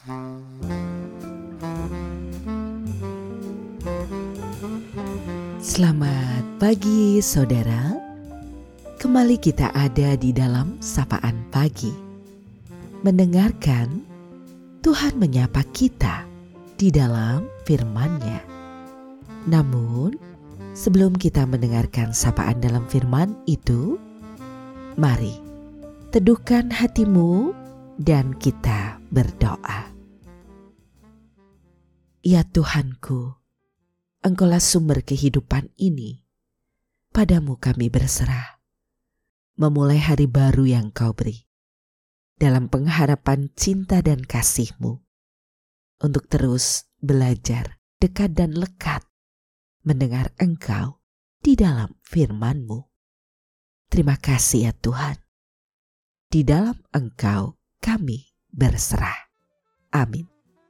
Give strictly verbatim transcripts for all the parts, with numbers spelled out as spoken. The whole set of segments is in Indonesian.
Selamat pagi saudara. Kembali kita ada di dalam Sapaan Pagi. Mendengarkan Tuhan menyapa kita di dalam firman-Nya. Namun, sebelum kita mendengarkan sapaan dalam firman itu, mari teduhkan hatimu dan kita berdoa. Ya Tuhanku, Engkaulah sumber kehidupan ini. Padamu kami berserah. Memulai hari baru yang Kau beri. Dalam pengharapan cinta dan kasih-Mu. Untuk terus belajar dekat dan lekat. Mendengar Engkau di dalam firman-Mu. Terima kasih ya Tuhan. Di dalam Engkau kami berserah. Amin.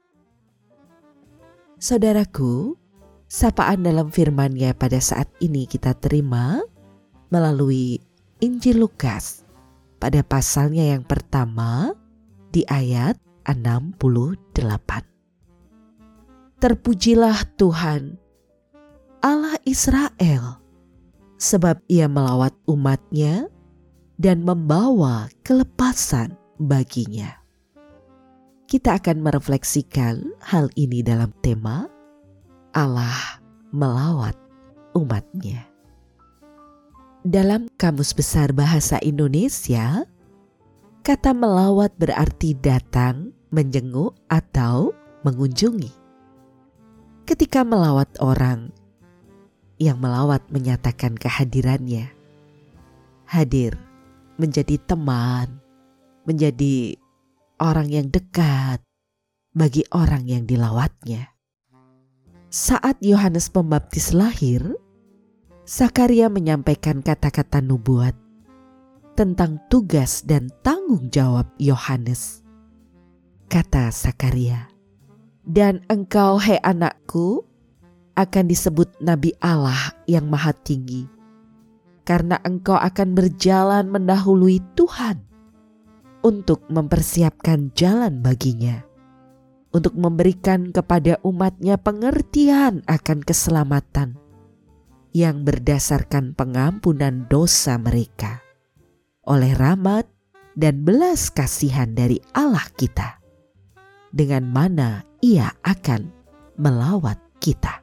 Saudaraku, sapaan dalam firman-Nya pada saat ini kita terima melalui Injil Lukas pada pasalnya yang pertama di ayat enam puluh delapan. Terpujilah Tuhan, Allah Israel, sebab Ia melawat umat-Nya dan membawa kelepasan baginya. Kita akan merefleksikan hal ini dalam tema Allah melawat umat-Nya. Dalam Kamus Besar Bahasa Indonesia, kata melawat berarti datang, menjenguk, atau mengunjungi. Ketika melawat orang, yang melawat menyatakan kehadirannya. Hadir menjadi teman, menjadi orang yang dekat bagi orang yang dilawatnya. Saat Yohanes Pembaptis lahir, Sakaria menyampaikan kata-kata nubuat tentang tugas dan tanggung jawab Yohanes. Kata Sakaria, "Dan engkau, hai anakku, akan disebut Nabi Allah yang Maha Tinggi, karena engkau akan berjalan mendahului Tuhan untuk mempersiapkan jalan baginya, untuk memberikan kepada umat-Nya pengertian akan keselamatan yang berdasarkan pengampunan dosa mereka oleh rahmat dan belas kasihan dari Allah kita, dengan mana Ia akan melawat kita."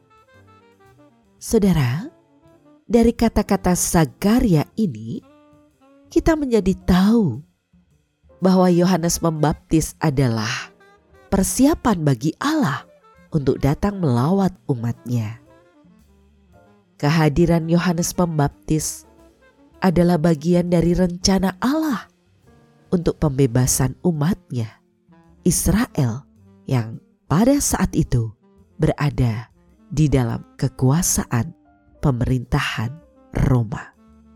Saudara, dari kata-kata Sakaria ini kita menjadi tahu bahwa Yohanes Pembaptis adalah persiapan bagi Allah untuk datang melawat umat-Nya. Kehadiran Yohanes Pembaptis adalah bagian dari rencana Allah untuk pembebasan umat-Nya, Israel, yang pada saat itu berada di dalam kekuasaan pemerintahan Roma.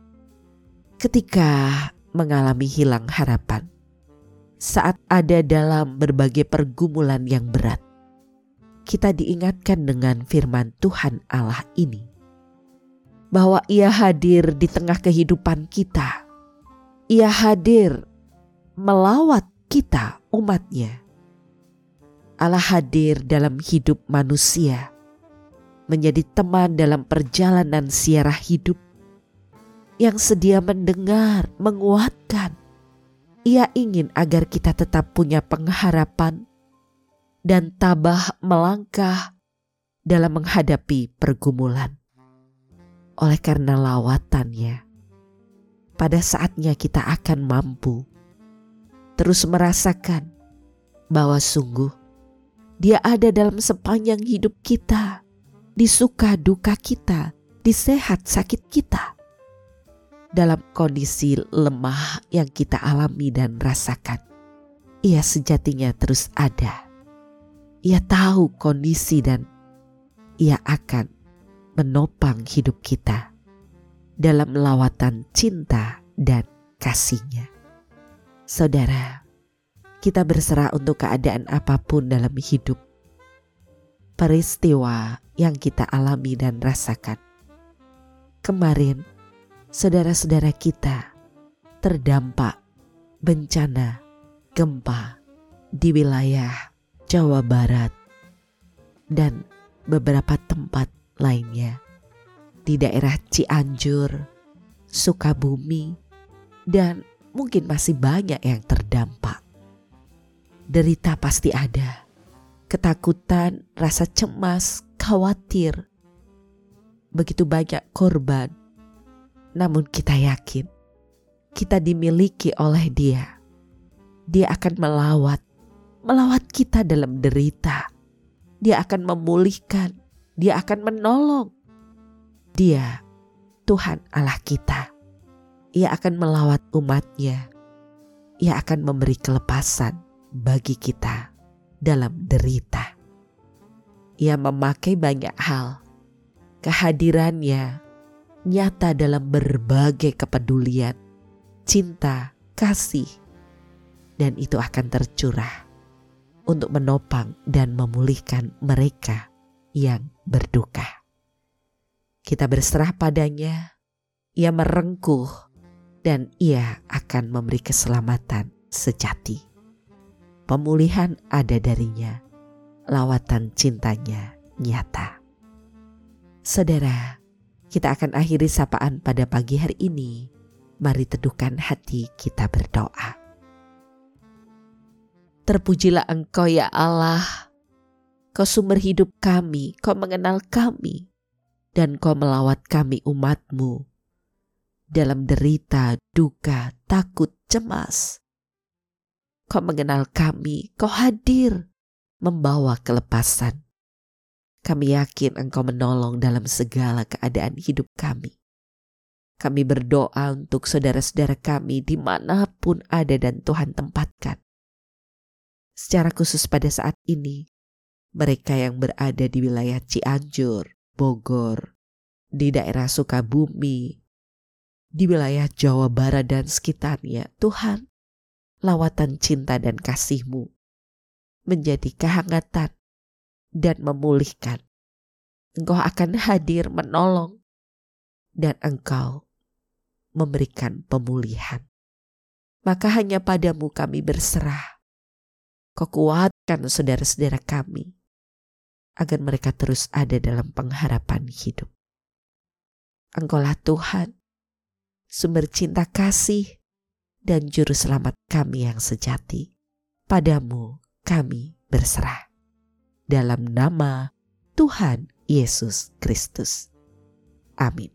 Ketika mengalami hilang harapan, saat ada dalam berbagai pergumulan yang berat, kita diingatkan dengan firman Tuhan Allah ini, bahwa Ia hadir di tengah kehidupan kita. Ia hadir melawat kita, umat-Nya. Allah hadir dalam hidup manusia, menjadi teman dalam perjalanan siarah hidup, yang sedia mendengar, menguatkan. Ia ingin agar kita tetap punya pengharapan dan tabah melangkah dalam menghadapi pergumulan. Oleh karena lawatannya, pada saatnya kita akan mampu terus merasakan bahwa sungguh Dia ada dalam sepanjang hidup kita, di suka duka kita, di sehat sakit kita. Dalam kondisi lemah yang kita alami dan rasakan, Ia sejatinya terus ada. Ia tahu kondisi dan Ia akan menopang hidup kita dalam lawatan cinta dan kasih-Nya. Saudara, kita berserah untuk keadaan apapun dalam hidup, peristiwa yang kita alami dan rasakan. Kemarin, saudara-saudara kita terdampak bencana, gempa, di wilayah Jawa Barat dan beberapa tempat lainnya, di daerah Cianjur, Sukabumi, dan mungkin masih banyak yang terdampak. Derita pasti ada, ketakutan, rasa cemas, khawatir. Begitu banyak korban, namun kita yakin kita dimiliki oleh Dia. Dia akan melawat, melawat kita dalam derita. Dia akan memulihkan, Dia akan menolong. Dia, Tuhan Allah kita. Ia akan melawat umat-Nya. Ia akan memberi kelepasan bagi kita dalam derita. Ia memakai banyak hal. Kehadirannya nyata dalam berbagai kepedulian, cinta, kasih. Dan itu akan tercurah untuk menopang dan memulihkan mereka yang berduka. Kita berserah padanya, Ia merengkuh, dan Ia akan memberi keselamatan sejati. Pemulihan ada darinya, lawatan cintanya nyata. Saudara, kita akan akhiri sapaan pada pagi hari ini. Mari teduhkan hati kita berdoa. Terpujilah Engkau ya Allah, Kau sumber hidup kami, Kau mengenal kami, dan Kau melawat kami umat-Mu dalam derita, duka, takut, cemas. Kau mengenal kami, Kau hadir membawa kelepasan. Kami yakin Engkau menolong dalam segala keadaan hidup kami. Kami berdoa untuk saudara-saudara kami dimanapun ada dan Tuhan tempatkan. Secara khusus pada saat ini, mereka yang berada di wilayah Cianjur, Bogor, di daerah Sukabumi, di wilayah Jawa Barat dan sekitarnya, Tuhan, lawatan cinta dan kasih-Mu menjadi kehangatan dan memulihkan. Engkau akan hadir menolong dan Engkau memberikan pemulihan. Maka hanya padamu kami berserah. Kau kuatkan saudara-saudara kami agar mereka terus ada dalam pengharapan hidup. Engkaulah Tuhan, sumber cinta kasih dan juru selamat kami yang sejati. Padamu kami berserah. Dalam nama Tuhan Yesus Kristus. Amin.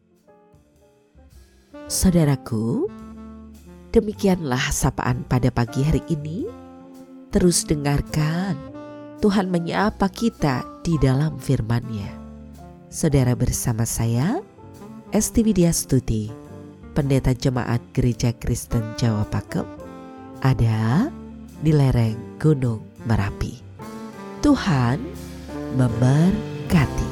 Saudaraku, demikianlah sapaan pada pagi hari ini. Terus dengarkan Tuhan menyapa kita di dalam firman-Nya. Saudara bersama saya, Esti Widya Stuti, Pendeta Jemaat Gereja Kristen Jawa Pakem, ada di lereng Gunung Merapi. Tuhan memberkati.